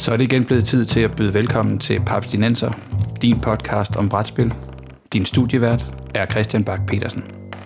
Så er det igen blevet tid til at byde velkommen til Papstinenser, din podcast om brætspil. Din studievært er Christian Bak Petersen.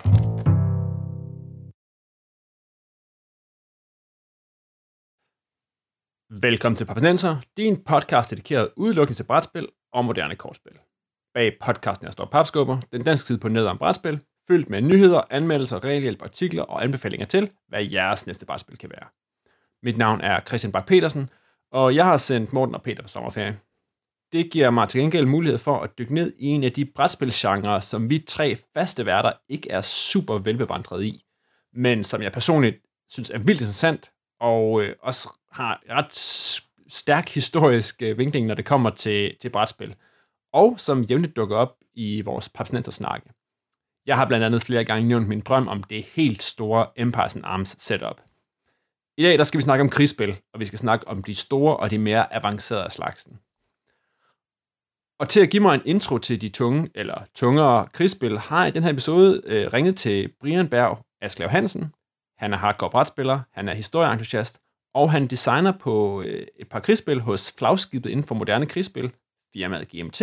Velkommen til Papstinenser, din podcast dedikeret udelukkende til brætspil og moderne kortspil. Bag podcasten er står Papskubber, den danske side på nettet om brætspil, fyldt med nyheder, anmeldelser, regelhjælp, artikler og anbefalinger til, hvad jeres næste brætspil kan være. Mit navn er Christian Bak Petersen, og jeg har sendt Morten og Peter på sommerferie. Det giver mig til gengæld mulighed for at dykke ned i en af de brætspilsgenrer, som vi tre faste værter ikke er super velbevandret i, men som jeg personligt synes er vildt interessant, og også har ret stærk historisk vinkling, når det kommer til brætspil, og som jævnligt dukker op i vores Papstinenser-snakke. Jeg har blandt andet flere gange nævnt min drøm om det helt store Empires & Arms setup. I dag der skal vi snakke om krigsspil, og vi skal snakke om de store og de mere avancerede af slagsen. Og til at give mig en intro til de tunge eller tungere krigsspil, har jeg i den her episode ringet til Brian Berg Asklev Hansen. Han er hardcore brætspiller, han er historieentusiast, og han designer på et par krigsspil hos flagskibet inden for moderne krigsspil, firmaet GMT.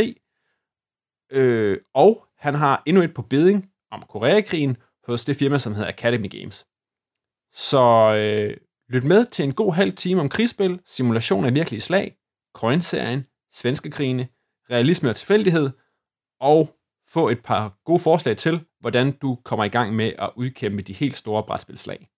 Og han har endnu et på bedding om Koreakrigen hos det firma, som hedder Academy Games. Så lyt med til en god halv time om krigsspil, simulation af virkelige slag, Coin-serien, svenske krigene, realisme og tilfældighed, og få et par gode forslag til, hvordan du kommer i gang med at udkæmpe de helt store brætspilslag.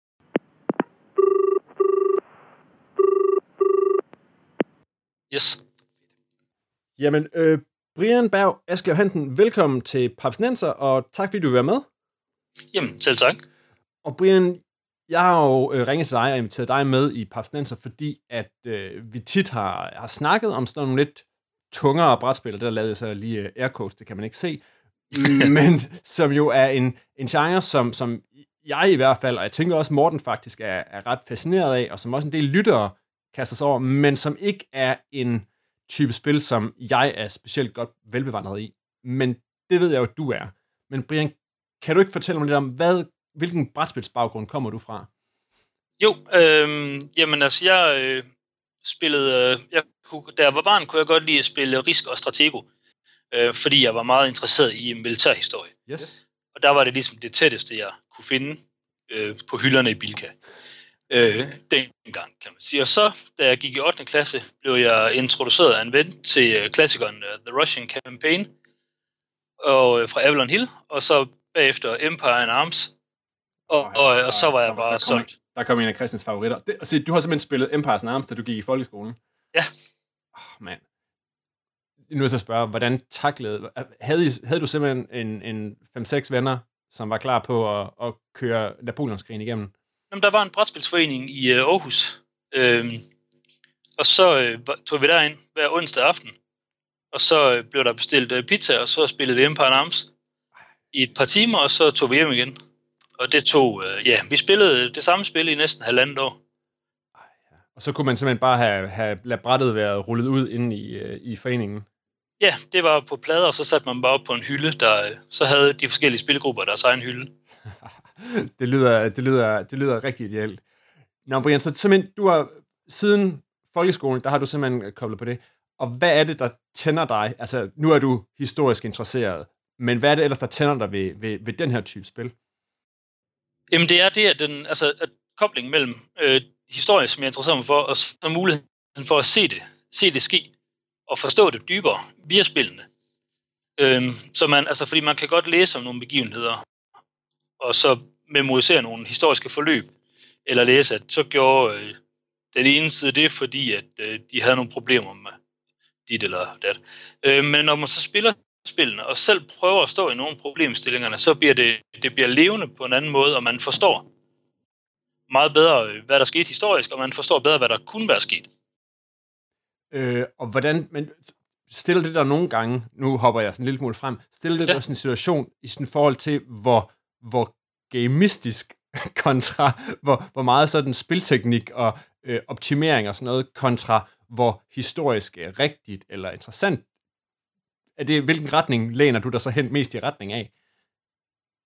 Yes. Jamen, Brian Berg Asklev Hansen, velkommen til Papstinenser, og tak fordi du vil være med. Jamen, selv tak. Og Brian, jeg har jo ringet til dig og inviteret dig med i Papstinenser, fordi at vi tit har snakket om sådan nogle lidt tungere brætspil, og der lavede jeg så lige aircodes, det kan man ikke se, men som jo er en genre, som jeg i hvert fald, og jeg tænker også Morten faktisk er ret fascineret af, og som også en del lyttere kaster sig over, men som ikke er en type spil, som jeg er specielt godt velbevandret i. Men det ved jeg jo, at du er. Men Brian, kan du ikke fortælle mig lidt om, hvilken brætspilsbaggrund kommer du fra? Jo, jamen altså, jeg spillede, da jeg var barn, kunne jeg godt lide at spille Risk og Stratego, fordi jeg var meget interesseret i militærhistorie. Yes. Og der var det ligesom det tætteste, jeg kunne finde på hylderne i Bilka. Dengang, kan man sige. Og så, da jeg gik i 8. klasse, blev jeg introduceret af en ven til klassikeren The Russian Campaign og fra Avalon Hill, og så bagefter Empire & Arms, og så var jeg bare solgt. Der kom en af Christians favoritter. Du har simpelthen spillet Empire & Arms, da du gik i folkeskolen? Ja. Mand. Jeg er nødt til at spørge, hvordan taklede... Havde du simpelthen en 5-6 venner, som var klar på at køre Napoleonskrigen igennem? Jamen, der var en brætspilsforening i Aarhus, og så tog vi derind hver onsdag aften, og så blev der bestilt pizza, og så spillede vi Empire & Arms i et par timer, og så tog vi hjem igen. Og det tog, vi spillede det samme spil i næsten 1,5 år. Og så kunne man simpelthen bare have ladet brættet være rullet ud inde i foreningen? Ja, det var på plader, og så satte man bare op på en hylde, så havde de forskellige spilgrupper deres egen hylde. Det lyder rigtig ideelt. Nå, Brian, så simpelthen, du har siden folkeskolen, der har du simpelthen koblet på det. Og hvad er det, der tænder dig? Altså, nu er du historisk interesseret, men hvad er det ellers, der tænder dig ved den her type spil? Jamen, det er det, at koblingen mellem historie, som jeg interesserer mig for, og så muligheden for at se det ske, og forstå det dybere via spillene. Så fordi man kan godt læse om nogle begivenheder, og så memorisere nogle historiske forløb, eller læse, at så gjorde den ene side det, fordi at de havde nogle problemer med dit eller dat. Men når man så spiller spillene, og selv prøver at stå i nogle problemstillingerne, så bliver det bliver levende på en anden måde, og man forstår meget bedre, hvad der skete historisk, og man forstår bedre, hvad der kunne være sket. Og hvordan, men stiller det der nogle gange, nu hopper jeg sådan en lille smule frem, stiller det der sådan en situation i sådan forhold til, hvor gamistisk kontra, hvor meget sådan spilteknik og optimering og sådan noget, kontra hvor historisk rigtigt eller interessant. Hvilken retning læner du dig så hen mest i retning af?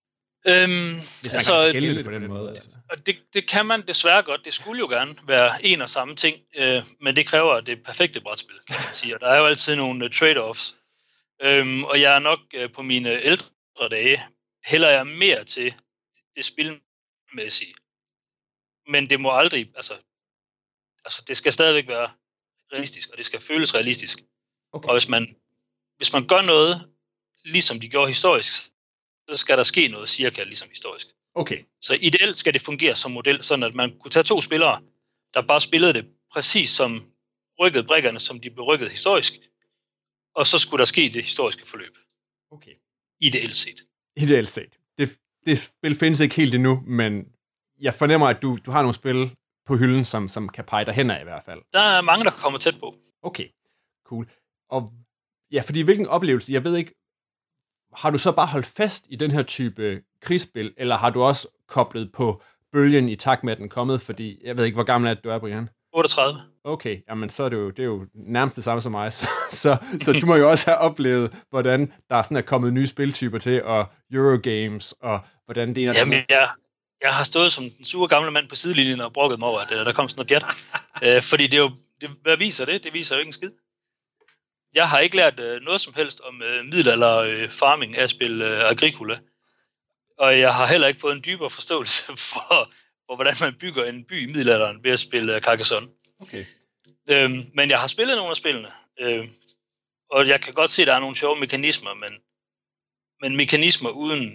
Hvis man kan skille det på den måde. Altså. Og det kan man desværre godt. Det skulle jo gerne være en og samme ting, men det kræver det perfekte brætspil, kan man sige. Og der er jo altid nogle trade-offs. Og jeg er nok på mine ældre dage, hælder jeg mere til det spilmæssige. Men det må aldrig, altså det skal stadigvæk være realistisk, og det skal føles realistisk. Okay. Og hvis man gør noget, ligesom de gjorde historisk, så skal der ske noget cirka ligesom historisk. Okay. Så ideelt skal det fungere som model, sådan at man kunne tage 2 spillere, der bare spillede det præcis som rykkede brikkerne, som de blev rykket historisk, og så skulle der ske det historiske forløb. Okay. Ideelt set. Ideelt set. Det spil findes ikke helt endnu, men jeg fornemmer, at du har nogle spil på hylden, som kan pege dig hen af i hvert fald. Der er mange, der kommer tæt på. Okay, cool. Og ja, fordi hvilken oplevelse, jeg ved ikke, har du så bare holdt fast i den her type krigsspil, eller har du også koblet på bølgen i takt med, at den kommet, fordi jeg ved ikke, hvor gammel er du er, Brian? 38. Okay, jamen så er det er jo nærmest det samme som mig, så du må jo også have oplevet, hvordan der sådan er kommet nye spiltyper til, og Eurogames, og hvordan det ene... Jamen, jeg har stået som den sure gamle mand på sidelinjen og brokket mig over, at der kom sådan noget pjat. Fordi det er jo... hvad viser det? Det viser jo ikke en skid. Jeg har ikke lært noget som helst om middelalder farming af at spille Agricola. Og jeg har heller ikke fået en dybere forståelse for hvordan man bygger en by i middelalderen ved at spille Carcassonne. Okay. Men jeg har spillet nogle af spillene. Og jeg kan godt se, at der er nogle sjove mekanismer, men mekanismer uden,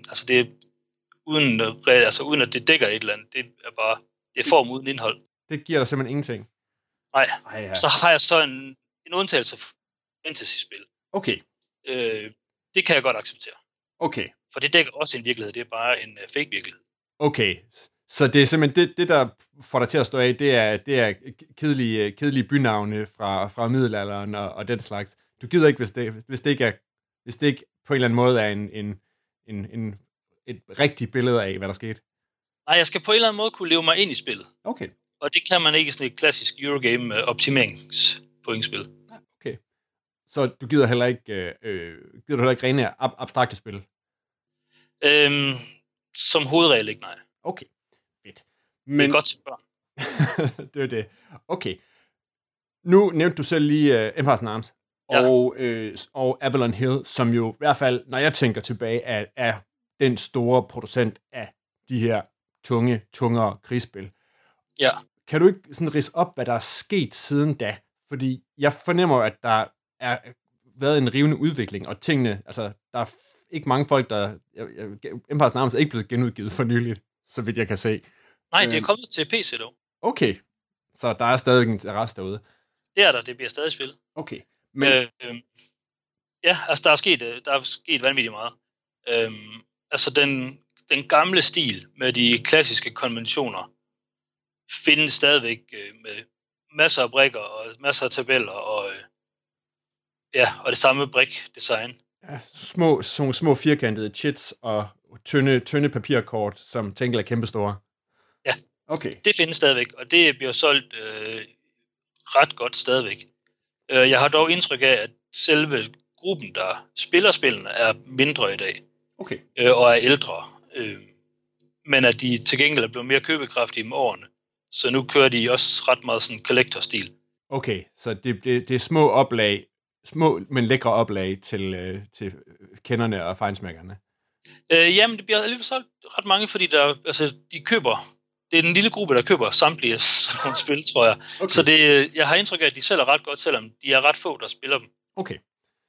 uden at det dækker et eller andet, det er form uden indhold. Det giver dig simpelthen ingenting? Nej. Ja. Så har jeg så en undtagelse for fantasy-spil. Okay. Det kan jeg godt acceptere. Okay. For det dækker også en virkelighed, det er bare en fake virkelighed. Okay, så det er simpelthen det der får dig til at stå af, det er kedelige bynavne fra middelalderen og den slags. Du gider ikke, hvis det ikke på en eller anden måde er et rigtigt billede af, hvad der skete. Nej, jeg skal på en eller anden måde kunne leve mig ind i spillet. Okay. Og det kan man ikke i sådan et klassisk Eurogame optimeringspointspil. Okay. Så du gider heller ikke rene abstrakte spil? Som hovedregel ikke, nej. Okay, fedt. Men... Det er godt til børn. Det er det. Okay. Nu nævnte du selv lige Empire's Arms og Avalon Hill, som jo i hvert fald, når jeg tænker tilbage, er den store producent af de her tungere krigsspil. Ja. Kan du ikke sådan ridse op, hvad der er sket siden da? Fordi jeg fornemmer, at der er været en rivende udvikling, og tingene, altså, der er ikke mange folk, Empire's Arms er ikke blevet genudgivet for nyligt, så vidt jeg kan se. Nej, det er kommet til PC dog. Okay, så der er stadig en rest derude. Det er der, det bliver stadig spillet. Okay, men... ja, altså der er sket vanvittigt meget. Altså den gamle stil med de klassiske konventioner findes stadigvæk med masser af brikker og masser af tabeller og det samme brik-design. Ja, små firkantede chits og tynde papirkort, som tænker er kæmpestore. Ja, okay. Det findes stadigvæk, og det bliver solgt ret godt stadigvæk. Jeg har dog indtryk af, at selve gruppen, der spiller spillene, er mindre i dag. Okay. Og er ældre. Men at de til gengæld er blevet mere købekraftige med årene. Så nu kører de også ret meget sådan collector-stil. Okay, så det er små oplag, små, men lækre oplag til kenderne og fejnsmækkerne. Jamen, det bliver alligevel solgt ret mange, fordi de køber. Det er den lille gruppe, der køber samtlige sådan nogle spil, tror jeg. Okay. Så jeg har indtryk af, at de sælger ret godt, selvom de er ret få, der spiller dem. Okay.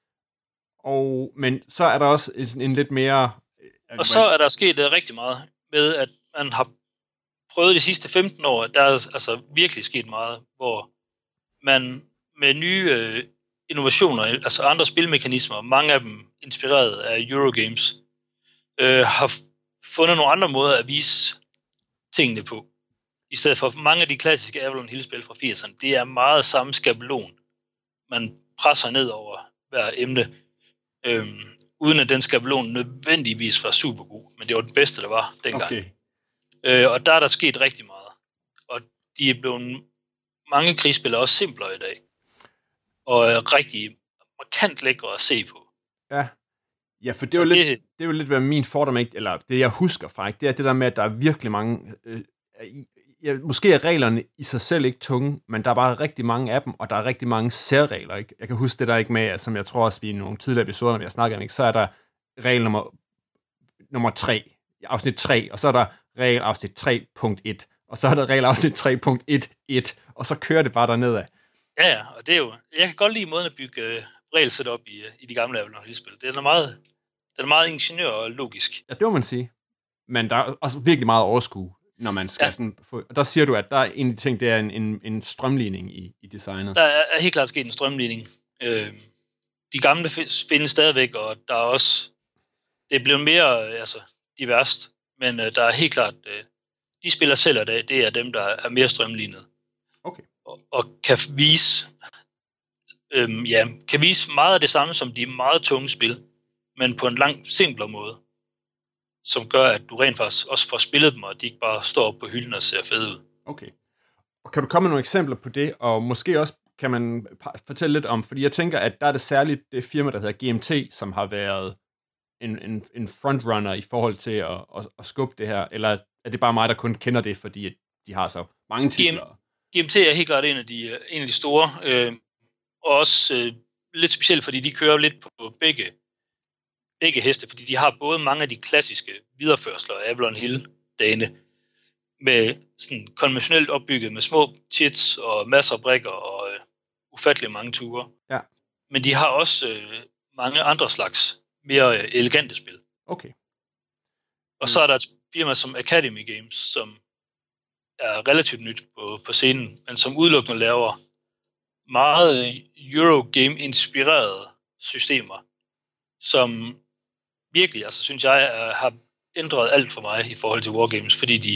Men så er der også en lidt mere... Og så er der sket rigtig meget med, at man har prøvet de sidste 15 år, der er altså virkelig sket meget, hvor man med nye innovationer, altså andre spilmekanismer, mange af dem inspireret af Eurogames, har fundet nogle andre måder at vise tingene på. I stedet for mange af de klassiske Avalon Hill-spil fra 80'erne, det er meget samme skabelon. Man presser ned over hver emne, uden at den skabelon nødvendigvis var super god, men det var den bedste, der var dengang. Okay. Og der er der sket rigtig meget. Og de er blevet mange krigsspil også simplere i dag. Og rigtig markant lækre at se på. Ja, Ja, for det er jo lidt, hvad min fordom ikke, eller det jeg husker fra, ikke? Det er det der med, at der er virkelig mange, måske er reglerne i sig selv ikke tunge, men der er bare rigtig mange af dem, og der er rigtig mange særregler, ikke? Jeg kan huske det der ikke med, som jeg tror også, vi i nogle tidligere episoder, når vi har snakket om, ikke? Så er der regel nummer 3, afsnit 3, og så er der regel afsnit 3.1, og så er der regel afsnit 3.1.1, og så kører det bare dernedad. Ja, og det er jo, jeg kan godt lide måden at bygge regelsæt op i de gamle Avalon Hill-spil. Det er meget ingeniør og logisk. Ja, det må man sige. Men der er også virkelig meget overskue, når man skal sådan få... Der siger du, at der er en af de ting, det er en strømligning i designet. Der er helt klart sket en strømligning. De gamle findes stadigvæk, og der er også... Det er blevet mere diverst, men der er helt klart... de spiller selv i dag, det er dem, der er mere strømlignet. Okay. Og kan vise... kan vise meget af det samme som de meget tunge spil, men på en langt simplere måde, som gør, at du rent faktisk også får spillet dem, og de ikke bare står op på hylden og ser fede ud. Okay. Og kan du komme med nogle eksempler på det, og måske også kan man fortælle lidt om, fordi jeg tænker, at der er det særligt det firma, der hedder GMT, som har været en frontrunner i forhold til at skubbe det her, eller er det bare mig, der kun kender det, fordi de har så mange titler? GMT er helt klart en af de store, og også lidt specielt, fordi de kører lidt på begge heste, fordi de har både mange af de klassiske videreførsler af Avalon Hill-dagene, med sådan konventionelt opbygget med små chits og masser af brikker og ufattelig mange ture. Ja. Men de har også mange andre slags mere elegante spil. Okay. Og så er der et firma som Academy Games, som er relativt nyt på scenen, men som udelukkende laver meget Eurogame-inspirerede systemer, som virkelig, synes jeg, har ændret alt for mig i forhold til Wargames, fordi de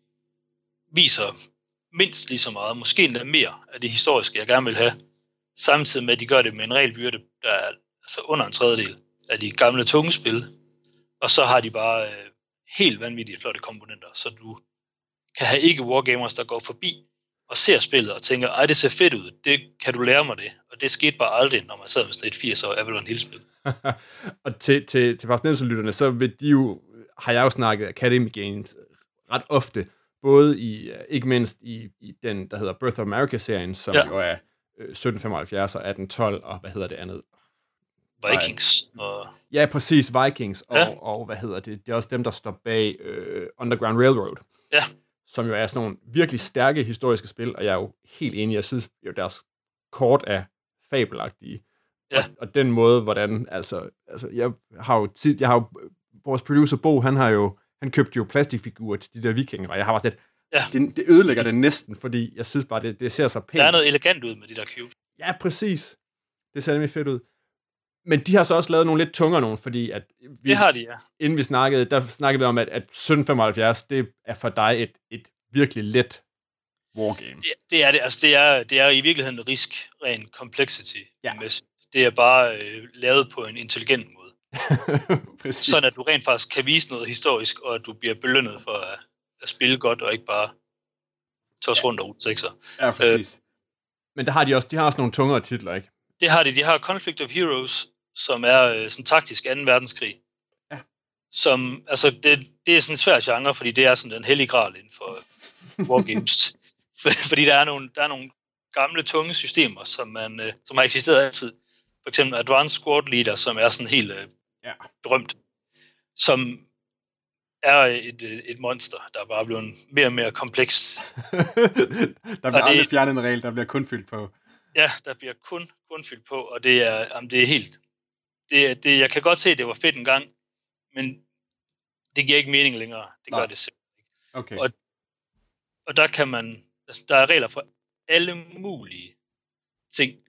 viser mindst lige så meget, måske endda mere af det historiske, jeg gerne vil have, samtidig med, at de gør det med en regelbyrde, der er under en tredjedel af de gamle tunge spil, og så har de bare helt vanvittigt flotte komponenter, så du kan have ikke Wargamers, der går forbi og ser spillet og tænker, ej, det ser fedt ud, det kan du lære mig det, og det skete bare aldrig, når man sad med sådan et 80-år Avalon Hill-spil. Og til Parsnelsen-lytterne, så vil de jo, har jeg jo snakket Academy Games ret ofte, både ikke mindst i den, der hedder Birth of America-serien, som jo er 1775 og 1812, og hvad hedder det andet? Vikings. Ja, præcis, Vikings, og hvad hedder det? Det er også dem, der står bag Underground Railroad. Ja. Som jo er sådan nogle virkelig stærke historiske spil, og jeg er jo helt enig, jeg synes jo, deres kort er fabelagtige. Ja. Og den måde, hvordan, jeg har jo vores producer Bo, han købte jo plastikfigurer til de der vikinger, og jeg har bare sådan det ødelægger det næsten, fordi jeg synes bare, det ser så pænt. Der er noget elegant ud med de der cube. Ja, præcis. Det ser nemlig fedt ud. Men de har så også lavet nogle lidt tungere nogen, fordi at det har de, ja. Inden vi snakkede vi om, at 1775, det er for dig et virkelig let wargame. Det er det. Altså, det er i virkeligheden risk, ren complexity. Ja. Det er bare lavet på en intelligent måde. Præcis. Sådan at du rent faktisk kan vise noget historisk, og at du bliver belønnet for at spille godt, og ikke bare tås rundt og sekser. Ja, præcis. Men de har også nogle tungere titler, ikke? Det har de. De har Conflict of Heroes, som er sådan taktisk 2. verdenskrig. Ja. Som, det er sådan en svær genre, fordi det er sådan den hellige gral inden for wargames. Fordi der er nogle gamle, tunge systemer, som har eksisteret altid. For eksempel Advanced Squad Leader, som er sådan helt berømt. Som er et monster, der er bare blevet mere og mere komplekst. Der bliver aldrig fjernet en regel, der bliver kun fyldt på. Ja, der bliver kun fyldt på, og det er helt... jeg kan godt se, at det var fedt en gang, men det giver ikke mening længere. Det gør det simpelthen ikke. Okay. Og der kan man... der er regler for alle mulige ting.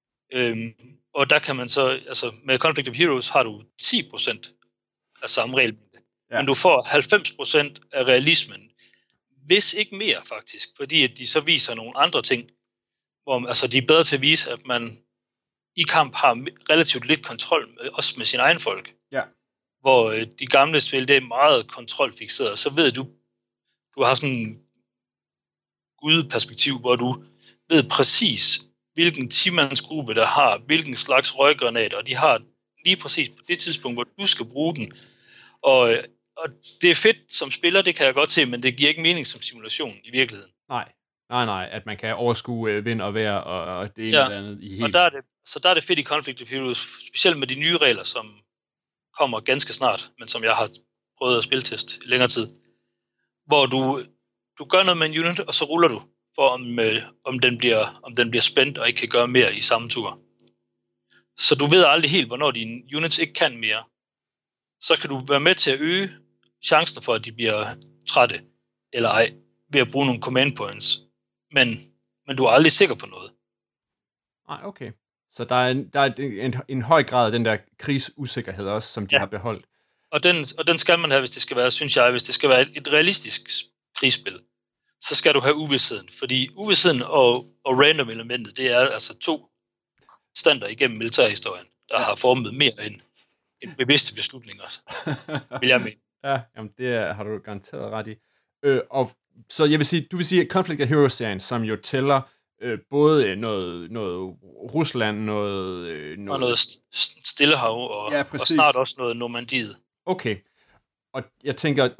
Og der kan man så... med Conflict of Heroes har du 10% af samme regelmængde. Ja. Men du får 90% af realismen. Hvis ikke mere, faktisk. Fordi at de så viser nogle andre ting, hvor de er bedre til at vise, at man i kamp har relativt lidt kontrol, også med sin egen folk. Ja. Hvor de gamle spil, det er meget kontrolfikseret. Så ved du har sådan en gudeperspektiv, hvor du ved præcis, hvilken 10-mandsgruppe, der har hvilken slags røggranat, og de har lige præcis på det tidspunkt, hvor du skal bruge den. Og det er fedt som spiller, det kan jeg godt se, men det giver ikke mening som simulation i virkeligheden. Nej, at man kan overskue vind og vejr og det ene eller andet i helt... Og der er det fedt i Conflict of Heroes, specielt med de nye regler, som kommer ganske snart, men som jeg har prøvet at spilteste i længere tid, hvor du gør noget med en unit, og så ruller du, for om den bliver spændt og ikke kan gøre mere i samme tur. Så du ved aldrig helt, hvornår dine units ikke kan mere. Så kan du være med til at øge chancen for, at de bliver trætte, eller ej, ved at bruge nogle command points. Men du er aldrig sikker på noget. Nej, okay. Så der er en høj grad af den der krigsusikkerhed også, som de har beholdt. Og den skal man have, hvis det skal være, synes jeg, hvis det skal være et realistisk krigsspil, så skal du have uvidsheden. Fordi uvidsheden og random elementet, det er altså 2 standarder igennem militærhistorien, der har formet mere end bevidste beslutninger, vil jeg mene. Ja, jamen det har du garanteret ret i. Og så du vil sige, at Conflict of Heroes-serien, som jo tæller både noget Rusland, og noget Stillehav, og snart også noget Normandiet. Okay. Og jeg tænker,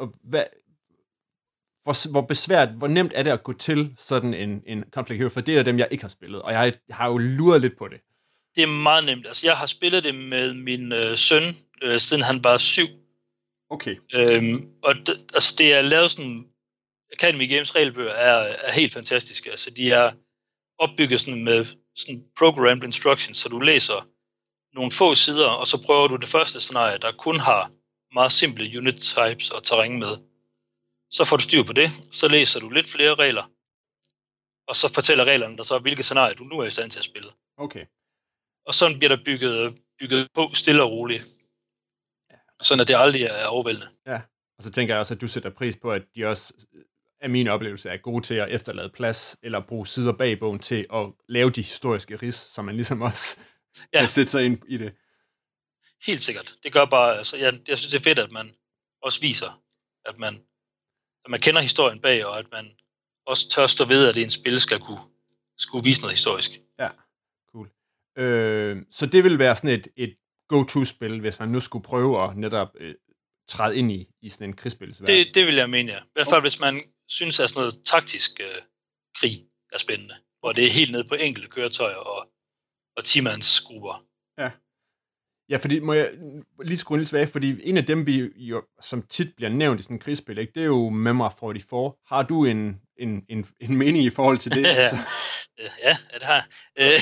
hvor nemt er det at gå til sådan en Conflict Hero, for det er dem, jeg ikke har spillet, og jeg har jo luret lidt på det. Det er meget nemt. Altså, jeg har spillet det med min søn, siden han var 7. Okay. Og det er lavet sådan... Academy Games regelbøger er helt fantastiske. Altså, de er opbygget sådan med sådan programmed instructions, så du læser nogle få sider, og så prøver du det første scenarie, der kun har meget simple unit types og terræn med. Så får du styr på det, så læser du lidt flere regler, og så fortæller reglerne dig så, hvilke scenarier du nu er i stand til at spille. Okay. Og sådan bliver der bygget på stille og roligt. Sådan at det aldrig er overvældende. Ja, og så tænker jeg også, at du sætter pris på, at de også, af min oplevelse, er gode til at efterlade plads, eller bruge sider bag bogen til at lave de historiske rids, så man ligesom også kan sætte sig ind i det. Helt sikkert. Det gør bare, altså, jeg synes, det er fedt, at man også viser, at man kender historien bag, og at man også tør stå ved, at det en spil skulle vise noget historisk. Ja, cool. Så det vil være sådan et go-to-spil, hvis man nu skulle prøve at netop træde ind i sådan en krigsspilsverden. Det vil jeg mene, ja. I hvert fald, hvis man synes, at sådan noget taktisk krig er spændende, hvor det er helt nede på enkelte køretøjer og 10-mandsgrupper. Ja. Ja, fordi må jeg lige skrue lidt tilbage, fordi en af dem, vi jo, som tit bliver nævnt i sådan en krigsspil, ikke, det er jo Memoir 44. Har du en mening i forhold til det? Ja, det har jeg.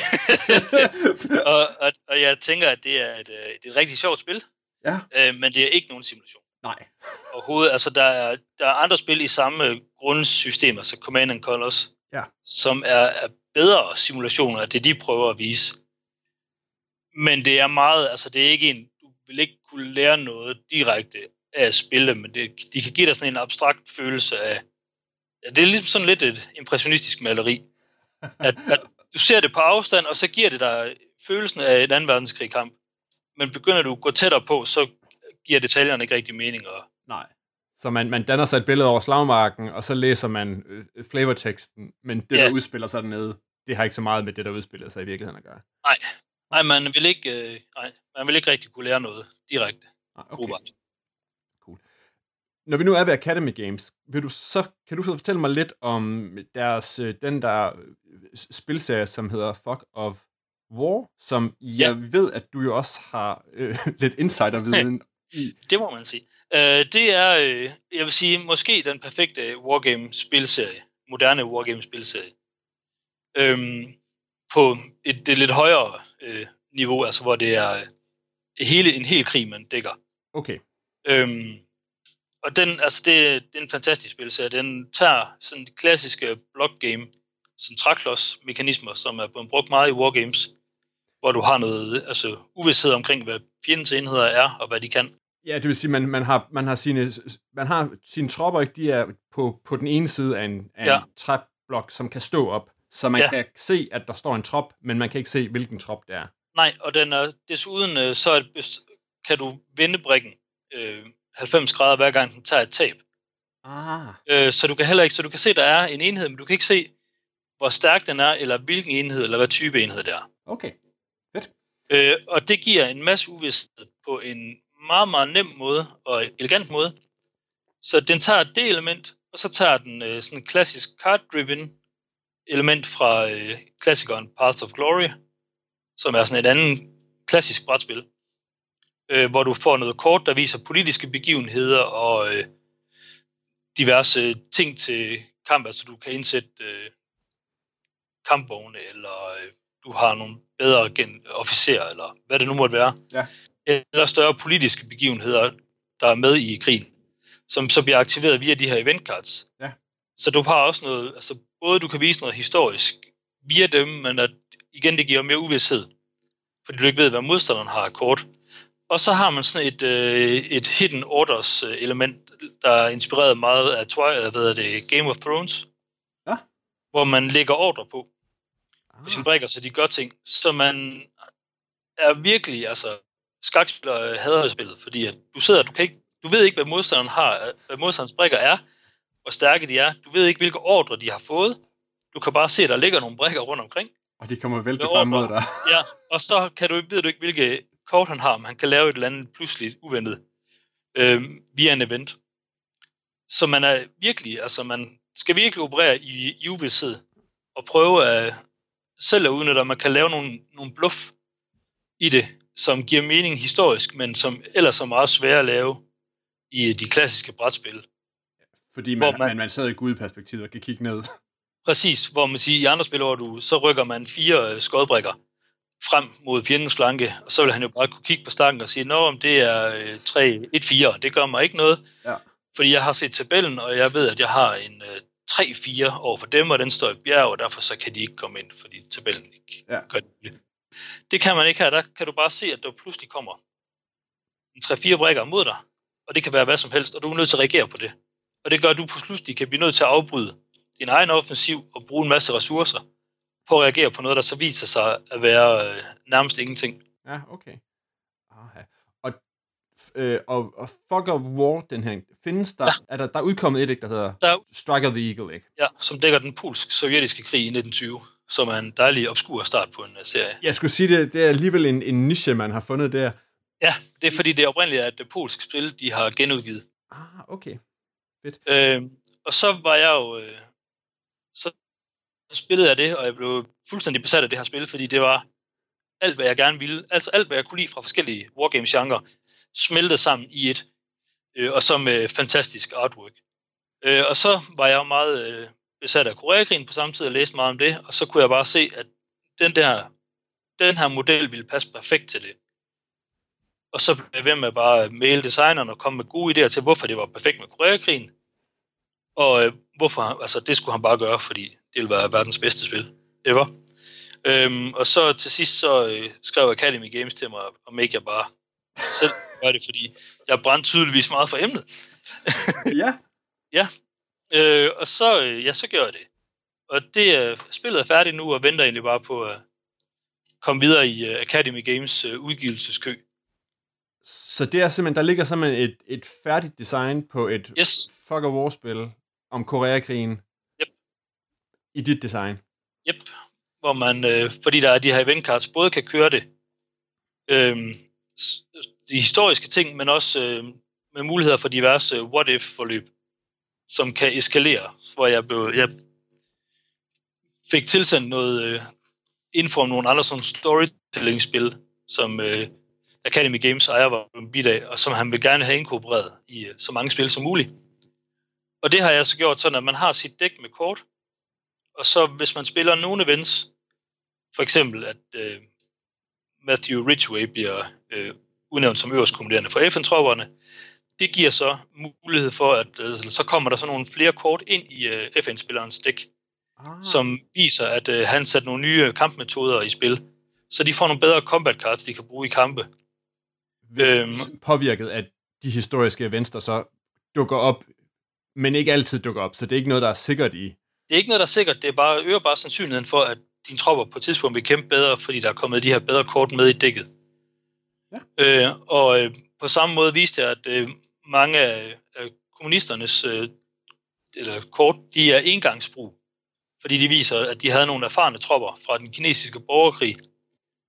og jeg tænker, at det er et rigtig sjovt spil, men det er ikke nogen simulation. Nej. Overhovedet, altså der er andre spil i samme grundsystemer, så Command and Colors, som er bedre simulationer, det de prøver at vise. Men det er meget, altså det er ikke du vil ikke kunne lære noget direkte af at spille, men de kan give dig sådan en abstrakt følelse af, det er ligesom sådan lidt et impressionistisk maleri, at du ser det på afstand, og så giver det dig følelsen af en 2. verdenskrig-kamp, men begynder du at gå tættere på, så giver detaljerne ikke rigtig mening. Nej, så man danner sig et billede over slagmarken, og så læser man flavorteksten, men det, der udspiller sig dernede, det har ikke så meget med det, der udspiller sig i virkeligheden at gøre. Nej, man vil ikke rigtig kunne lære noget direkte. Okay. Cool. Når vi nu er ved Academy Games, kan du så fortælle mig lidt om den der spilserie, som hedder Fog of War, som jeg ved, at du jo også har lidt insiderviden i. Det må man sige. Det er, jeg vil sige, måske den perfekte wargame-spilserie, moderne wargame-spilserie. På et lidt højere niveau, altså hvor det er en hel krig, man dækker. Okay. Og det er en fantastisk spilserie. Den tager sådan de klassiske block game, sådan træklods-mekanismer, som er blevet brugt meget i wargames, hvor du har noget uvidshed omkring, hvad fjendens enheder er, og hvad de kan. Ja, det vil sige, man har sine tropper, ikke? De er på den ene side af en træblok, som kan stå op. Så man kan se, at der står en trop, men man kan ikke se, hvilken trop det er. Nej, og den er desuden, kan du vende brikken 90 grader, hver gang den tager et tab. Så du kan heller ikke, så du kan se, der er en enhed, men du kan ikke se, hvor stærk den er, eller hvilken enhed, eller hvad type enhed det er. Okay, fedt. Og det giver en masse uvished på en meget, meget nem måde og elegant måde. Så den tager det element, og så tager den sådan en klassisk card-driven element fra klassikeren Paths of Glory, som er sådan et andet klassisk brætspil, hvor du får noget kort, der viser politiske begivenheder og diverse ting til kamp. Altså du kan indsætte kampvogne, eller du har nogle bedre officerer, eller hvad det nu måtte være. Ja. Eller større politiske begivenheder, der er med i krigen, som så bliver aktiveret via de her event cards. Ja. Så du har også noget, altså både du kan vise noget historisk via dem, men at, igen, det giver mere uvished, fordi du ikke ved, hvad modstanderen har af kort. Og så har man sådan et hidden orders element, der er inspireret meget af Game of Thrones, ja. Hvor man lægger ordre på sine brikker, så de gør ting. Så man er virkelig, altså skakspillere hader spillet, fordi at du ved ikke, hvad modstanderen har, hvad modstanderens brikker er, hvor stærke de er. Du ved ikke, hvilke ordre de har fået. Du kan bare se, at der ligger nogle brikker rundt omkring. Og de kommer vældig frem mod dig. Ja, og så ved du ikke, hvilke kort han har, men han kan lave et eller andet pludseligt uventet via en event. Så man er virkelig, altså man skal virkelig operere i uvished og prøve selv at udnytte, at man kan lave nogle bluff i det, som giver mening historisk, men som ellers er meget svære at lave i de klassiske brætspil. Fordi man sidder i gudeperspektivet og kan kigge ned. Præcis, hvor man siger, i andre spil, hvor så rykker man 4 skodbrikker frem mod fjendens flanke, og så vil han jo bare kunne kigge på stakken og sige, nå, det er 3-1-4, det gør mig ikke noget, fordi jeg har set tabellen, og jeg ved, at jeg har en 3-4 over for dem, og den står i bjerg, og derfor så kan de ikke komme ind, fordi tabellen ikke gør det. Det kan man ikke her, der kan du bare se, at der pludselig kommer en 3-4 brikker mod dig, og det kan være hvad som helst, og du er nødt til at reagere på det. Og det gør, at du pludselig kan blive nødt til at afbryde din egen offensiv og bruge en masse ressourcer på at reagere på noget, der så viser sig at være nærmest ingenting. Ja, okay. Aha. Og Fog of War, den her, findes der, der er udkommet et, der hedder Strike of the Eagle, ikke? Ja, som dækker den polsk-sovjetiske krig i 1920, som er en dejlig obskur start på en serie. Jeg skulle sige, det er alligevel en niche, man har fundet der. Ja, det er fordi, det er oprindeligt at det polske spil, de har genudgivet. Okay. Fedt. Og så var jeg jo... Så spillede jeg det, og jeg blev fuldstændig besat af det her spil, fordi det var alt, hvad jeg gerne ville. Altså alt, hvad jeg kunne lide fra forskellige wargames-genre, smeltede sammen i et, og så med fantastisk artwork. Og så var jeg jo meget besat af Koreakrigen på samme tid, og læste meget om det, og så kunne jeg bare se, at den her model ville passe perfekt til det. Og så blev jeg ved med bare mail designeren og komme med gode idéer til, hvorfor det var perfekt med Koreakrigen. Og hvorfor, altså det skulle han bare gøre, fordi det ville være verdens bedste spil ever. Og så til sidst så skrev Academy Games til mig, om ikke jeg bare selv gør det, fordi jeg brændte tydeligvis meget for emnet. Ja. Ja. Og så gør jeg det. Og spillet er færdigt nu, og venter egentlig bare på at komme videre i Academy Games udgivelseskø. Så det er simpelthen, der ligger simpelthen et færdigt design på et Fog of War-spil om Koreakrigen i dit design. Yep. Hvor man, fordi der er de her event cards, både kan køre det, de historiske ting, men også med muligheder for diverse what-if-forløb, som kan eskalere, hvor jeg fik tilsendt noget info om nogle andre sådan storytelling-spil, som Academy Games ejer var en bit af, og som han vil gerne have inkorporeret i så mange spil som muligt. Og det har jeg så gjort sådan, at man har sit dæk med kort, og så hvis man spiller nogle events, for eksempel at Matthew Ridgway bliver udnævnt som øverstkommanderende for FN-tropperne, det giver så mulighed for, at så kommer der så nogle flere kort ind i FN-spillerens dæk, som viser, at han satte nogle nye kampmetoder i spil, så de får nogle bedre combat cards, de kan bruge i kampe. Påvirket af de historiske events, der så dukker op, men ikke altid dukker op, så det er ikke noget, der er sikkert i. Det er ikke noget, der er sikkert, det øger bare sandsynligheden for, at dine tropper på et tidspunkt vil kæmpe bedre, fordi der er kommet de her bedre kort med i dækket. Ja. Og på samme måde viste jeg, at mange af kommunisternes kort, de er engangsbrug, fordi de viser, at de havde nogle erfarne tropper fra den kinesiske borgerkrig,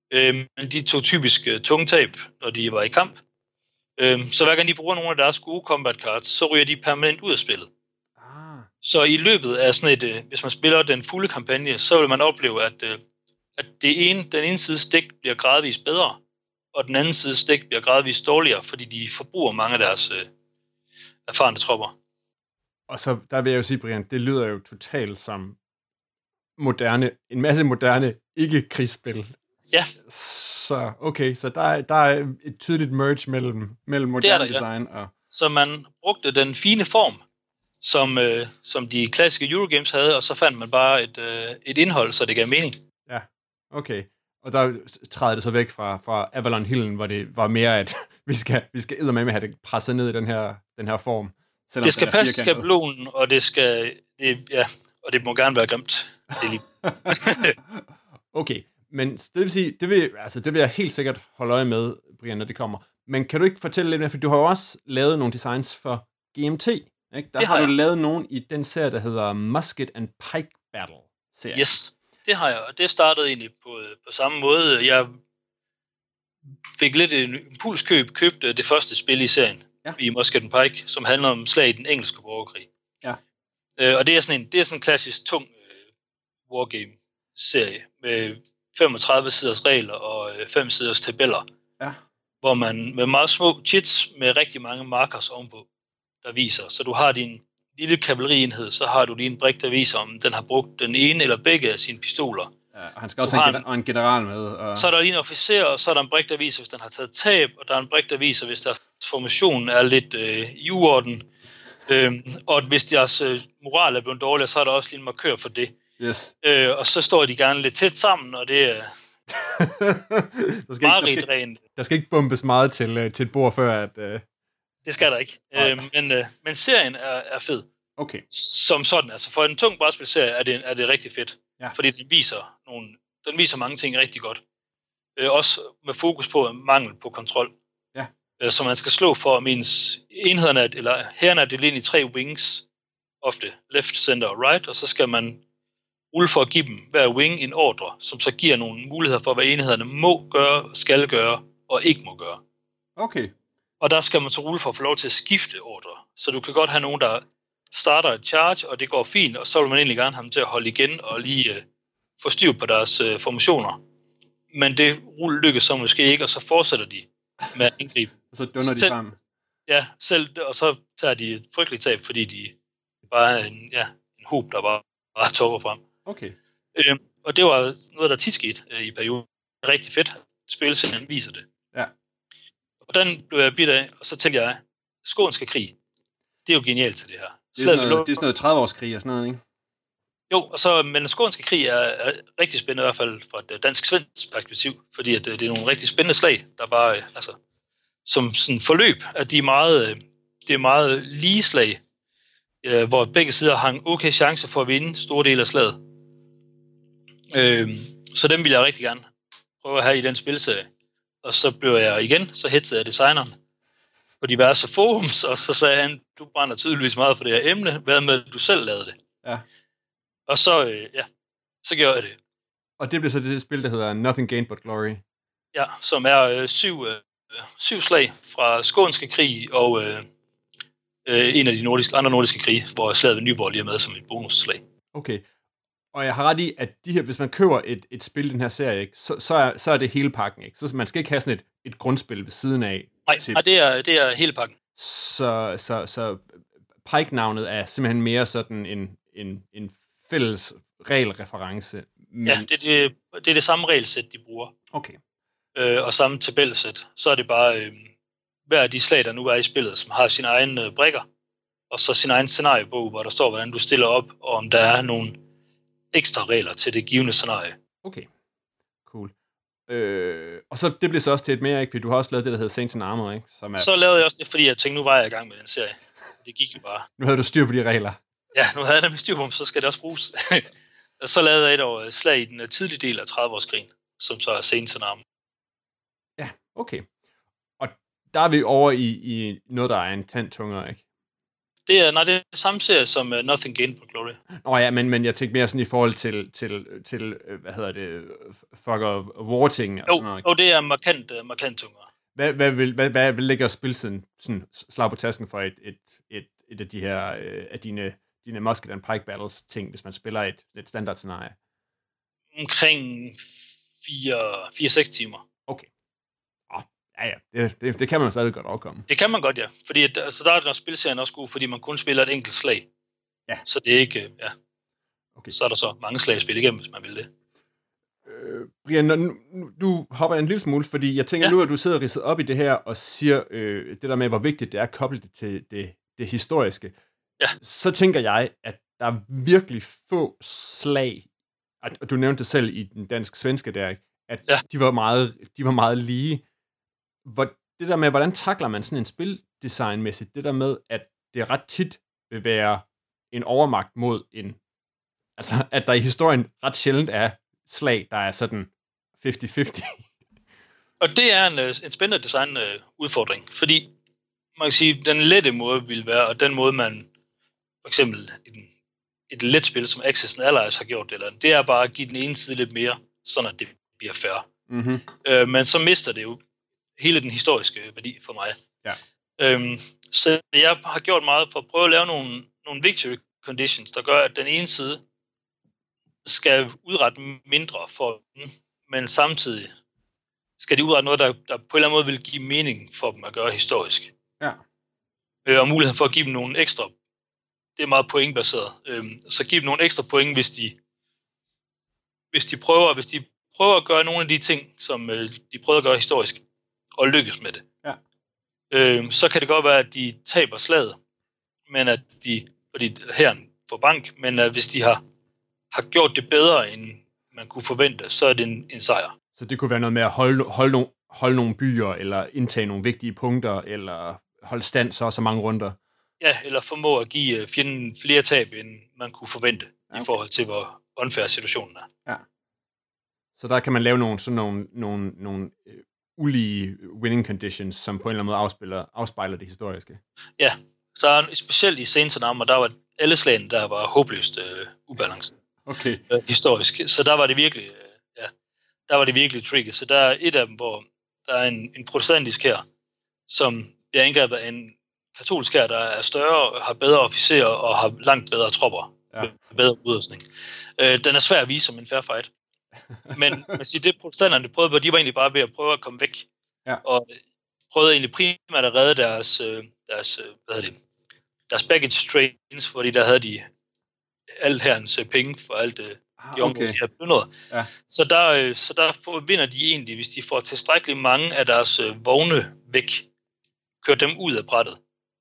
Men de tog typisk tunge tab, når de var i kamp. Så hver gang de bruger nogle af deres gode combat cards, så ryger de permanent ud af spillet. Så i løbet af sådan et, hvis man spiller den fulde kampagne, så vil man opleve, at den ene sides dæk bliver gradvist bedre, og den anden sides dæk bliver gradvist dårligere, fordi de forbruger mange af deres erfarne tropper. Og så der vil jeg jo sige, Brian, det lyder jo totalt som en masse moderne ikke-krigsspil. Ja. Så okay, så der er et tydeligt merge mellem moderne design og... Så man brugte den fine form, som de klassiske Eurogames havde, og så fandt man bare et indhold, så det gav mening. Ja, okay. Og der træder det så væk fra Avalon Hillen, hvor det var mere, at vi skal eddermame have det presset ned i den her form. Det skal passe skabelonen, og det må gerne være grimt. Okay, men det vil sige, det vil jeg helt sikkert holde øje med, Brian, når det kommer. Men kan du ikke fortælle lidt mere, for du har jo også lavet nogle designs for GMT, ikke? Der har du lavet nogen i den serie, der hedder Musket and Pike Battle-serien. Yes, det har jeg, og det startede egentlig på samme måde. Jeg fik lidt en impulskøb, købte det første spil i serien, i Musket and Pike, som handler om slag i den engelske borgerkrig. Ja. Og det er sådan en klassisk tung wargame-serie med 35 siders regler og 5 siders tabeller, hvor man med meget små chits med rigtig mange markers ovenpå, der viser. Så du har din lille kavalerienhed, så har du lige en brik, der viser, om den har brugt den ene eller begge af sine pistoler. Ja, og han skal også have en general med. Og... Så er der lige en officer, og så er der en brik, der viser, hvis den har taget tab, og der er en brik, der viser, hvis deres formation er lidt i uorden. Og hvis deres moral er blevet dårlig, så er der også lige en markør for det. Yes. Og så står de gerne lidt tæt sammen, og det er der skal ikke bumpes meget til et bord, før at... Det skal der ikke. Men serien er fed. Okay. Som sådan. Altså for en tung brætspilserie er det rigtig fedt. Ja. Fordi den viser mange ting rigtig godt. Også med fokus på mangel på kontrol. Ja. Så man skal slå for, at hæren er delt ind i 3 wings. Ofte left, center og right. Og så skal man rulle for at give dem hver wing en ordre, som så giver nogle muligheder for, hvad enhederne må gøre, skal gøre og ikke må gøre. Okay. Og der skal man så rulle for at få lov til at skifte ordre. Så du kan godt have nogen, der starter et charge, og det går fint, og så vil man egentlig gerne have dem til at holde igen og lige få styr på deres formationer. Men det rulle lykkes så måske ikke, og så fortsætter de med at angribe. Og så dunder de frem. Ja, og så tager de et frygteligt tab, fordi de bare er en hob, der bare topper frem. Okay. Og det var noget, der tit skete i perioden. Rigtig fedt. Spilserien viser det. Ja. Og den blev jeg bidt af, og så tænkte jeg, Skånske krig, det er jo genialt til det her. Det er sådan noget 30-årskrig og sådan noget, ikke? Jo, men Skånske krig er rigtig spændende, i hvert fald fra et dansk-svensk perspektiv, fordi at det er nogle rigtig spændende slag, der bare, som sådan forløb, at det er meget lige slag, hvor begge sider har en okay chance for at vinde store dele af slaget. Så dem vil jeg rigtig gerne prøve at have i den spilserie. Og så blev jeg igen, så hetzede jeg designeren på diverse forums, og så sagde han, du brænder tydeligvis meget for det her emne, hvad med, at du selv lavede det? Ja. Og så gjorde jeg det. Og det blev så det spil, der hedder Nothing Gained But Glory. Ja, som er 7 slag fra Skånske krig og en af de andre nordiske krige, hvor slaget ved Nyborg lige er med som et bonusslag. Okay. Og jeg har ret i, at hvis man køber et spil i den her serie, ikke, så er det hele pakken, ikke? Så man skal ikke have sådan et grundspil ved siden af. Nej, det er hele pakken. Så Pike-navnet er simpelthen mere sådan en fælles regelreference. Men... Ja, det er det samme regelsæt, de bruger. Okay. Og samme tabelsæt. Så er det bare hver af de slag, der nu er i spillet, som har sine egne brikker, og så sin egen scenariebog, hvor der står, hvordan du stiller op, og om der er nogle ekstra regler til det givende scenarie. Okay, cool. Og så det blev så også til et mere, ikke? Fordi du har også lavet det, der hedder Saints and Armor, ikke? Så lavede jeg også det, fordi jeg tænkte, nu var jeg i gang med den serie. Det gik jo bare. Nu havde du styr på de regler. Ja, nu havde jeg dem styr på dem, så skal det også bruges. Og så lavede jeg et år slag i den tidlige del af 30-årskrigen, som så er Saints and Armor. Ja, okay. Og der er vi over i noget, der er en tand tungere, ikke? Det er samme serie som Nothing Gained but Glory. Nå ja, men jeg tænkte mere sådan i forhold til hvad hedder det, Fog of War-ting og sådan noget. Jo, det er markant tungere. Hvad vil ligge spiltiden sådan slag på tasken for et af de her af dine Musket and Pike Battles ting, hvis man spiller et standard scenarie? Omkring 4-6 timer. Okay. Ja, det kan man jo stadig godt overkomme. Det kan man godt, ja. Fordi der er den spilserien også god, fordi man kun spiller et enkelt slag. Ja. Så det er ikke, ja. Okay. Så er der så mange slag at spille igennem, hvis man vil det. Brian, du hopper en lille smule, fordi jeg tænker nu, at du sidder ridset op i det her, og siger det der med, hvor vigtigt det er at koble det til det historiske. Ja. Så tænker jeg, at der er virkelig få slag, og du nævnte det selv i den dansk-svenske der, at de var meget lige. Det der med, hvordan takler man sådan en spildesignmæssigt, det der med, at det ret tit vil være en overmagt mod altså at der i historien ret sjældent er slag, der er sådan 50-50. Og det er en spændende design udfordring, fordi man kan sige, den lette måde vil være, og den måde man for eksempel et let spil, som Access and Allies har gjort, det er bare at give den ene side lidt mere, sådan at det bliver fair. Mm-hmm. Men så mister det jo hele den historiske værdi for mig. Ja. Så jeg har gjort meget for at prøve at lave nogle victory conditions, der gør, at den ene side skal udrette mindre for dem, men samtidig skal de udrette noget, der på en eller anden måde vil give mening for dem at gøre historisk. Ja. Og muligheden for at give dem nogle ekstra, det er meget pointbaseret, så give dem nogle ekstra point, hvis de prøver at gøre nogle af de ting, som de prøver at gøre historisk, og lykkes med det. Ja. Så kan det godt være, at de taber slaget, men at fordi hæren får bank, men hvis de har gjort det bedre, end man kunne forvente, så er det en sejr. Så det kunne være noget med at holde nogle byer, eller indtage nogle vigtige punkter, eller holde stand så mange runder. Ja, eller formå at give fjenden flere tab, end man kunne forvente, i forhold til, hvor unfair situationen er. Ja. Så der kan man lave nogle ulige winning conditions, som på en eller anden måde afspejler det historiske. Ja, så specielt i Saints-Armor, der var alle slagene, der var håbløst ubalanceret. Okay. Historisk. Så der var det virkelig tricky. Så der er et af dem, hvor der er en protestantisk hær, som bliver angrebet af en katolsk hær, der er større, har bedre officerer og har langt bedre tropper. Ja. Bedre udrustning. Den er svær at vise som en fair fight. Men man siger, det protestanterne prøvede, hvor de var egentlig bare ved at prøve at komme væk. Ja. Og prøvede egentlig primært at redde deres baggage trains, fordi der havde de alt herrens penge for alt de områder, de havde plyndret. Ja. Så der vinder de egentlig, hvis de får tilstrækkeligt mange af deres vogne væk, kørt dem ud af brættet,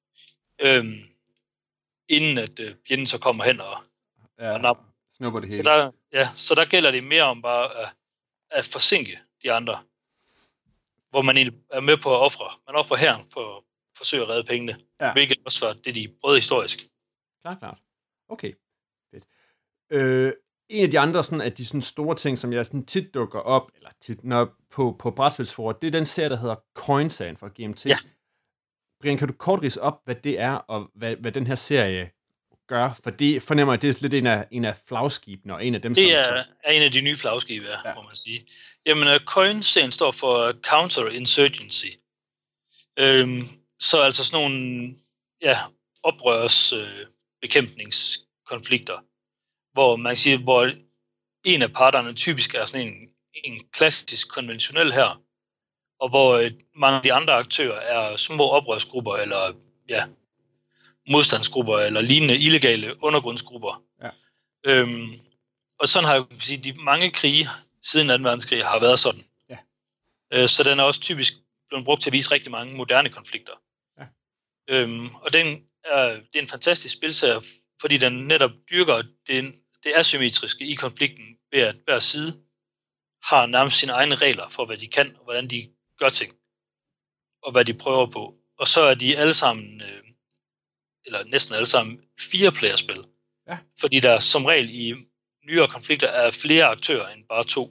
inden at fjenden så kommer hen og napper. Snupper det hele. Så der gælder det mere om bare at forsinke de andre, hvor man egentlig er med på at ofre. Man offrer herren for at forsøge at redde pengene, hvilket også var det, de prøvede historisk. Klart. Okay. Fedt. En af de andre sådan, at de sådan store ting, som jeg sådan tit dukker op, eller tit på brætspilsforum, det er den serie, der hedder Coin-sagen fra GMT. Ja. Brian, kan du kort ridse op, hvad det er, og hvad den her serie gør? For det fornemmer jeg, det er lidt en af flagskibene, og en af dem, det er en af de nye flagskibe, må man sige. Jamen, Coin-serien står for Counterinsurgency. Så altså sådan nogle oprørsbekæmpningskonflikter, hvor man kan sige, hvor en af parterne typisk er sådan en klassisk konventionel her, og hvor mange af de andre aktører er små oprørsgrupper, eller modstandsgrupper, eller lignende illegale undergrundsgrupper. Ja. Og sådan har jeg sige, de mange krige siden 2. verdenskrig har været sådan. Ja. Så den er også typisk blevet brugt til at vise rigtig mange moderne konflikter. Ja. Og det er en fantastisk spilserie, fordi den netop dyrker det asymmetriske i konflikten, ved at hver side har nærmest sine egne regler for, hvad de kan, og hvordan de gør ting, og hvad de prøver på. Og så er de alle sammen, eller næsten alle sammen, 4-playerspil. Ja. Fordi der som regel i nyere konflikter er flere aktører end bare 2.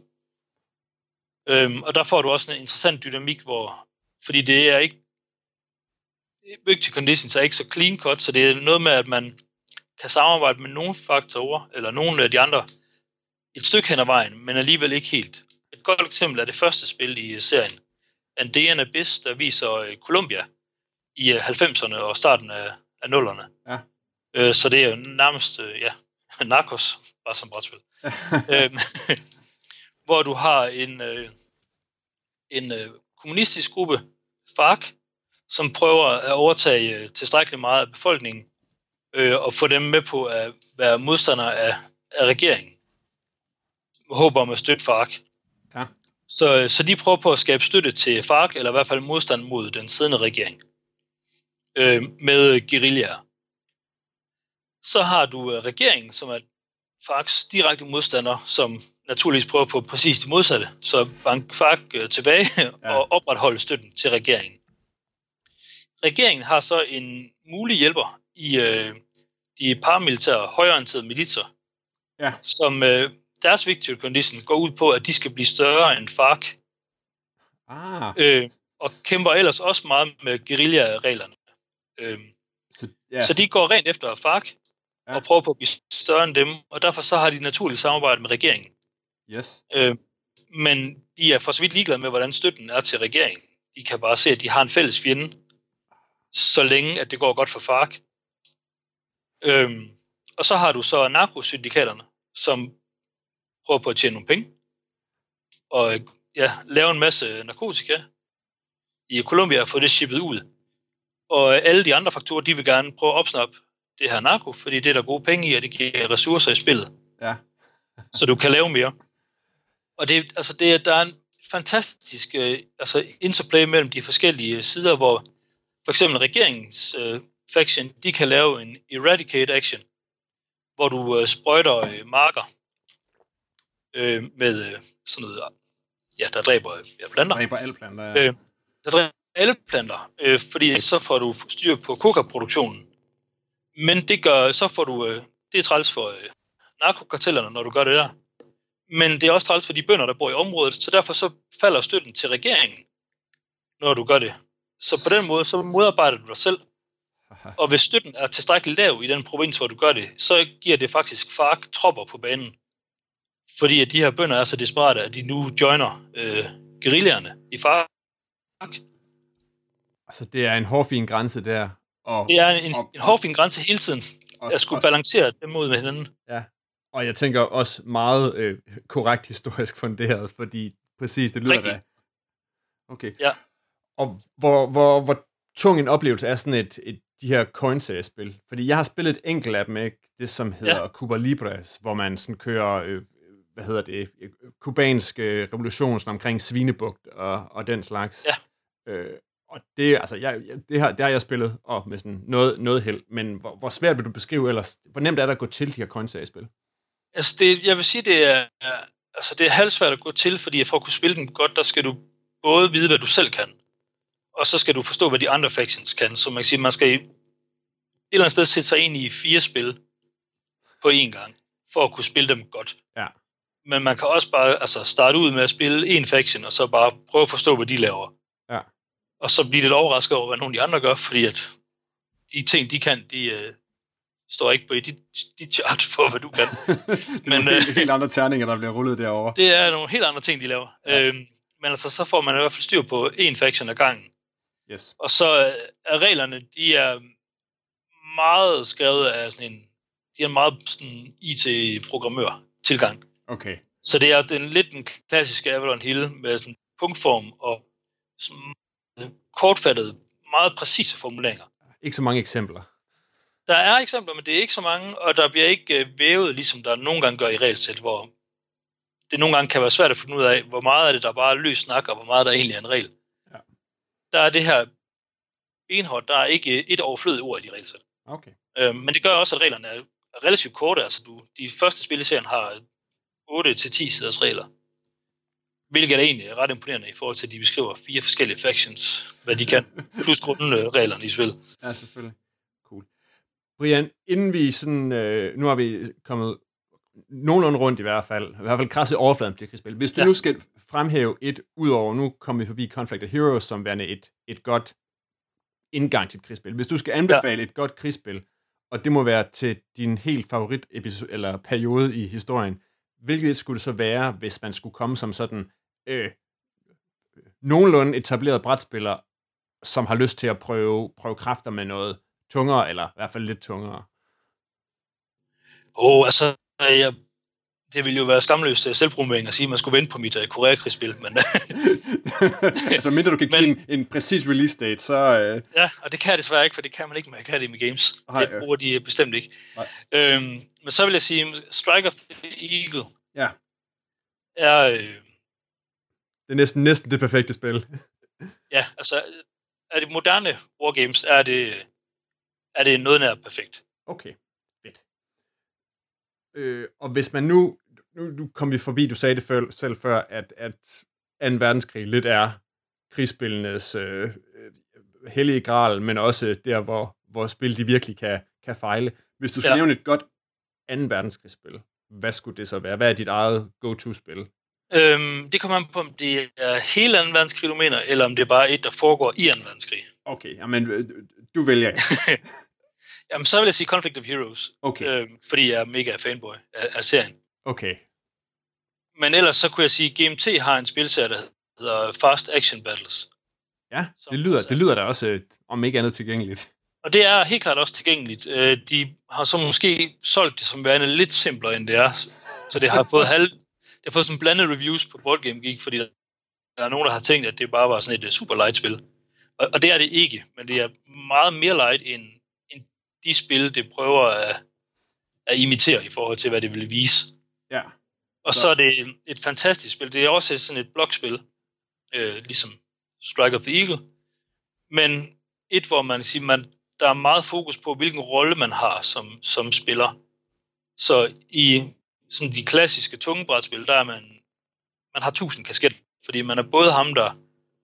Og der får du også en interessant dynamik, fordi det er ikke victory conditions er ikke så clean cut, så det er noget med, at man kan samarbejde med nogle faktorer, eller nogle af de andre, et stykke hen ad vejen, men alligevel ikke helt. Et godt eksempel er det første spil i serien, Andean Abyss, der viser Colombia i 90'erne og starten af 0'erne. Ja. Så det er jo nærmest, Narcos, bare som brætspil. Hvor du har en kommunistisk gruppe, FARC, som prøver at overtage tilstrækkeligt meget af befolkningen, og få dem med på at være modstandere af regeringen. Med håb om at støtte FARC. Ja. Så de prøver på at skabe støtte til FARC, eller i hvert fald modstand mod den siddende regering. Med guerillaer. Så har du regeringen, som er FARCs direkte modstander, som naturligvis prøver på præcis det modsatte. Så bank FARC tilbage og opretholde støtten til regeringen. Regeringen har så en mulig hjælper i de paramilitære højreorienterede militser, som deres victory condition går ud på, at de skal blive større end FARC. Og kæmper ellers også meget med guerilla-reglerne. Så de går rent efter FARC og prøver på at blive større end dem, og derfor så har de naturligt samarbejde med regeringen. Yes. Men de er for så vidt ligeglade med, hvordan støtten er til regeringen. De kan bare se, at de har en fælles fjende, så længe at det går godt for FARC. Og så har du så narkosyndikaterne, som prøver på at tjene nogle penge, og lave en masse narkotika i Colombia og få det shippet ud. Og alle de andre faktorer, de vil gerne prøve at opsnappe det her narko, fordi det er der gode penge i, og det giver ressourcer i spillet. Ja. Så du kan lave mere. Og der er en fantastisk interplay mellem de forskellige sider, hvor for eksempel regeringens faction, de kan lave en eradicate action, hvor du sprøjter marker med sådan noget, der dræber planter. Dræber alle planter, der dræber alle planter, fordi så får du styr på coca-produktionen. Men så får du, det er træls for narkokartellerne, når du gør det der. Men det er også træls for de bønder, der bor i området, så derfor så falder støtten til regeringen, når du gør det. Så på den måde, så modarbejder du dig selv. Og hvis støtten er tilstrækkeligt lav i den provins, hvor du gør det, så giver det faktisk FARC tropper på banen. Fordi at de her bønder er så desperate, at de nu joiner guerillaerne i FARC. Altså, det er en hårfin grænse der. Det er en hårfin grænse hele tiden. Jeg skulle balancere dem mod med hinanden. Ja, og jeg tænker også meget korrekt historisk funderet, fordi præcis det lyder da. Okay. Ja. Og hvor tung en oplevelse er sådan de her coin-serie-spil? Fordi jeg har spillet et enkelt af dem, ikke? Det som hedder Cuba Libre, hvor man sådan kører, kubansk revolution omkring Svinebugt og den slags. Ja. Og det, altså, det har jeg spillet med sådan noget held, men hvor svært vil du beskrive ellers? Hvor nemt er det at gå til de her coin-serie-spil? Altså, jeg vil sige, det er halvsvært at gå til, fordi for at kunne spille dem godt, der skal du både vide, hvad du selv kan, og så skal du forstå, hvad de andre factions kan. Så man kan sige, man skal et eller andet sted sætte sig ind i 4 spil på én gang, for at kunne spille dem godt. Ja. Men man kan også bare starte ud med at spille en faction, og så bare prøve at forstå, hvad de laver. Ja. Og så bliver det overrasket over, hvad nogle af de andre gør, fordi at de ting, de kan, de står ikke på de charts for, hvad du kan. Det er helt andre terninger, der bliver rullet derovre. Det er nogle helt andre ting, de laver. Ja. Men altså, så får man i hvert fald styr på en faction ad gangen. Yes. Og så er reglerne, de er meget skrevet af de er en meget sådan IT-programmør-tilgang. Okay. Så det er lidt den klassiske Avalon Hill med sådan punktform og sådan kortfattede, meget præcise formuleringer. Ikke så mange eksempler. Der er eksempler, men det er ikke så mange, og der bliver ikke vævet, ligesom der nogle gange gør i regelsæt, hvor det nogle gange kan være svært at finde ud af, hvor meget af det, der bare er løs snak, og hvor meget der egentlig er en regel. Ja. Der er det her benhårdt, der er ikke et overflødigt ord i de regelsæt. Okay. Men det gør også, at reglerne er relativt korte. Altså de første spil i serien har 8-10 siders regler. Hvilket er egentlig ret imponerende i forhold til, at de beskriver 4 forskellige factions, hvad de kan, plus grundreglerne i spillet. Ja, selvfølgelig. Cool. Brian, inden vi sådan, nu har vi kommet nogenlunde rundt i hvert fald krasset overfladen på det her spil. Hvis du nu skal fremhæve udover, nu kommer vi forbi Conflict of Heroes som værende et godt indgang til et krigsspil. Hvis du skal anbefale et godt krigsspil, og det må være til din helt favorit episode, eller periode i historien, hvilket skulle det så være, hvis man skulle komme som sådan nogenlunde etableret brætspiller, som har lyst til at prøve kræfter med noget tungere, eller i hvert fald lidt tungere? Det ville jo være skamløst selvpromovering at sige, at man skulle vente på mit Korea-krigsspil, men... altså, mindre du kan give en præcis release date, så... Ja, og det kan jeg desværre ikke, for det kan man ikke med Academy Games. Det bruger de bestemt ikke. Men så vil jeg sige, Strike of the Eagle er... det er næsten det perfekte spil. Ja, altså, er det moderne wargames, er det noget nær perfekt. Okay, fedt. Og hvis man nu kom vi forbi, du sagde det selv før, at 2. verdenskrig lidt er krigsspillenes hellige gral, men også der, hvor spil de virkelig kan fejle. Hvis du skal nævne et godt 2. verdenskrigsspil, hvad skulle det så være? Hvad er dit eget go-to-spil? Det kommer an på, om det er hele 2. verdenskrig, du mener, eller om det er bare et, der foregår i 2. verdenskrig. Okay, jamen, du vælger ikke. Jamen, så vil jeg sige Conflict of Heroes. Okay. Fordi jeg er mega fanboy af serien. Okay. Men ellers så kunne jeg sige, at GMT har en spilserie, der hedder Fast Action Battles. Ja, det lyder da også, om ikke andet, tilgængeligt. Og det er helt klart også tilgængeligt. De har så måske solgt det som værende lidt simplere, end det er. Så det har fået sådan blandede reviews på Board Game Geek, fordi der er nogen, der har tænkt, at det bare var sådan et super light spil. Og det er det ikke, men det er meget mere light end de spil, det prøver at imitere i forhold til, hvad det vil vise. Ja. Og så er det et fantastisk spil. Det er også sådan et blokspil, ligesom Strike of the Eagle. Men hvor man siger, der er meget fokus på, hvilken rolle man har som spiller. Så i sådan de klassiske tunge brætspil, der er man har 1000 kasketter, fordi man er både ham, der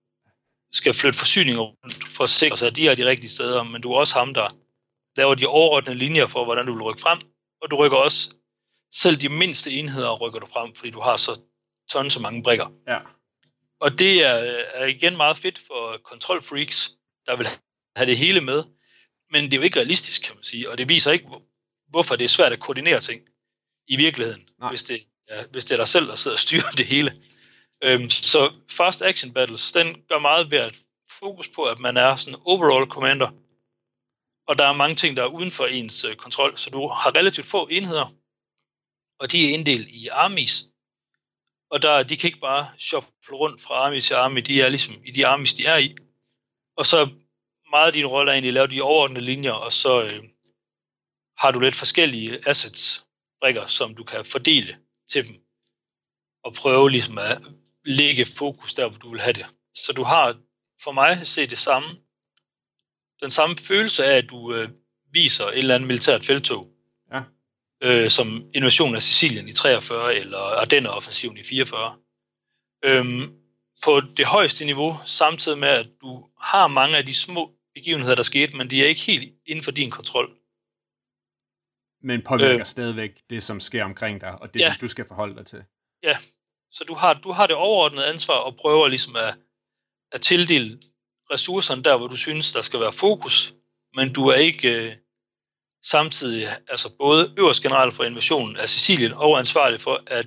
skal flytte forsyninger rundt for at sikre sig, at de er de rigtige steder, men du er også ham, der laver de overordnede linjer for, hvordan du vil rykke frem, og du rykker også selv de mindste enheder rykker du frem, fordi du har så mange brikker. Ja. Og det er igen meget fedt for kontrolfreaks, der vil have det hele med, men det er jo ikke realistisk, kan man sige, og det viser ikke, hvorfor det er svært at koordinere ting i virkeligheden, hvis det er dig selv, der sidder og styrer det hele. Så Fast Action Battles, den gør meget ved at fokus på, at man er sådan overall commander, og der er mange ting, der er uden for ens kontrol, så du har relativt få enheder, og de er inddelt i armies, og de kan ikke bare shuffle rundt fra army til army, de er ligesom i de armies, de er i, og så meget af din rolle er egentlig at lave de overordnede linjer, og så har du lidt forskellige assets, brikker, som du kan fordele til dem, og prøve ligesom at lægge fokus der, hvor du vil have det. Så du har for mig set den samme følelse af, at du viser et eller andet militært felttog, som invasionen af Sicilien i 43, eller Ardenner-offensiven i 44. På det højeste niveau, samtidig med, at du har mange af de små begivenheder, der skete, men de er ikke helt inden for din kontrol. Men påvirker stadigvæk det, som sker omkring dig, og det, som du skal forholde dig til. Ja, så du har det overordnede ansvar, og prøver ligesom at tildele ressourcerne der, hvor du synes, der skal være fokus, men du er ikke samtidig altså både øverst general for invasionen af Sicilien, og ansvarlig for, at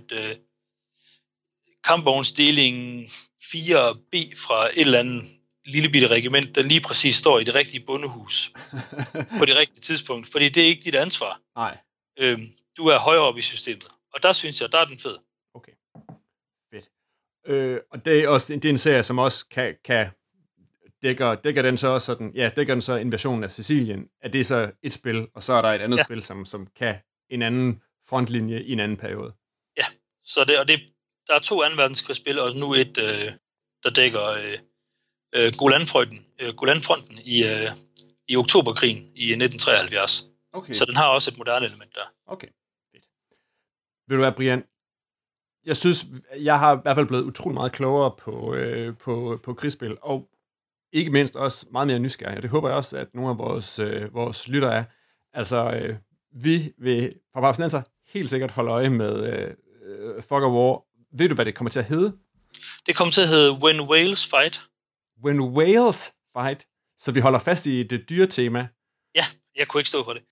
kampvognsdelingen 4B fra et eller andet lille bitte regiment, der lige præcis står i det rigtige bondehus på det rigtige tidspunkt, fordi det er ikke dit ansvar. Nej. Du er højere oppe i systemet, og der synes jeg, der er den fed. Okay, fedt. Og det er en serie, som også kan dækker den så også sådan, dækker den så invasionen af Sicilien, er det så et spil, og så er der et andet spil, som kan en anden frontlinje i en anden periode. Ja, så der er 2 2. verdenskrigsspil, og nu et, der dækker Golanfronten i oktoberkrigen i 1973. Okay. Så den har også et moderne element der. Okay, fedt. Vil du være, Brian? Jeg synes, jeg har i hvert fald blevet utrolig meget klogere på krigsspil, og ikke mindst også meget mere nysgerrig. Det håber jeg også, at nogle af vores lytter er. Altså, vi vil fra Papsnenser helt sikkert holde øje med Fog of War. Ved du, hvad det kommer til at hedde? Det kommer til at hedde When Whales Fight. When Whales Fight? Så vi holder fast i det dyre tema. Ja, jeg kunne ikke stå for det.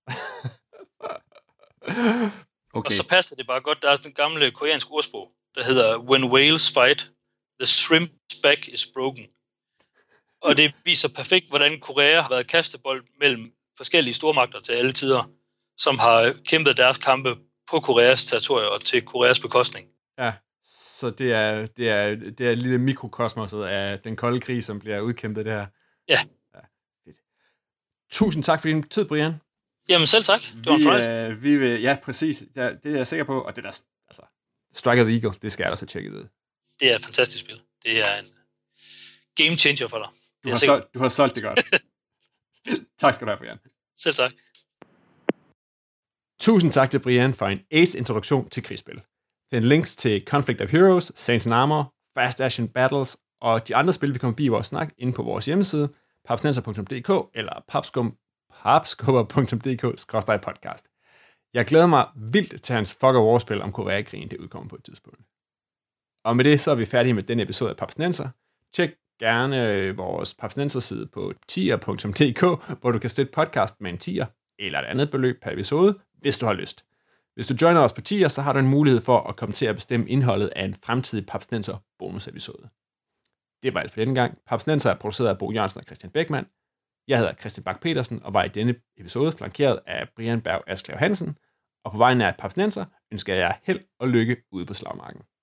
Okay. Og så passer det bare godt. Der er sådan en gamle koreansk ordsprog, der hedder When whales fight, the shrimp's back is broken. Og det viser perfekt, hvordan Korea har været kastebold mellem forskellige stormagter til alle tider, som har kæmpet deres kampe på Koreas territorier og til Koreas bekostning. Ja, så det er lille mikrokosmoset af den kolde krig, som bliver udkæmpet der. Ja. Fedt. Tusind tak for din tid, Brian. Jamen selv tak. Det var en fornøjelse. Ja, præcis. Ja, det er jeg sikker på. Og det der, altså, Strike of the Eagle, det skal jeg også have tjekket ud. Det er et fantastisk spil. Det er en game changer for dig. Du har solgt det godt. Tak skal du have, Brian. Selv tak. Tusind tak til Brian for en ace-introduktion til krigsspil. Find links til Conflict of Heroes, Saints and Armor, Fast Action Battles og de andre spil, vi kommer forbi i vores snak, inde på vores hjemmeside, papsnenser.dk eller papskubber.dk/podcast. Jeg glæder mig vildt til hans Fog of War-spil om Koreakrigen, det udkommer på et tidspunkt. Og med det, så er vi færdige med denne episode af Papsnenser. Tjek gerne vores Papsnenser-side på tier.dk, hvor du kan støtte podcast med en tier eller et andet beløb per episode, hvis du har lyst. Hvis du joiner os på tier, så har du en mulighed for at komme til at bestemme indholdet af en fremtidig Papsnenser bonusepisode. Det var alt for denne gang. Papsnenser er produceret af Bo Jørgensen og Christian Beckmann. Jeg hedder Christian Bak petersen og var i denne episode flankeret af Brian Berg Asklev Hansen. Og på vegne af Papsnenser ønsker jeg held og lykke ude på slagmarken.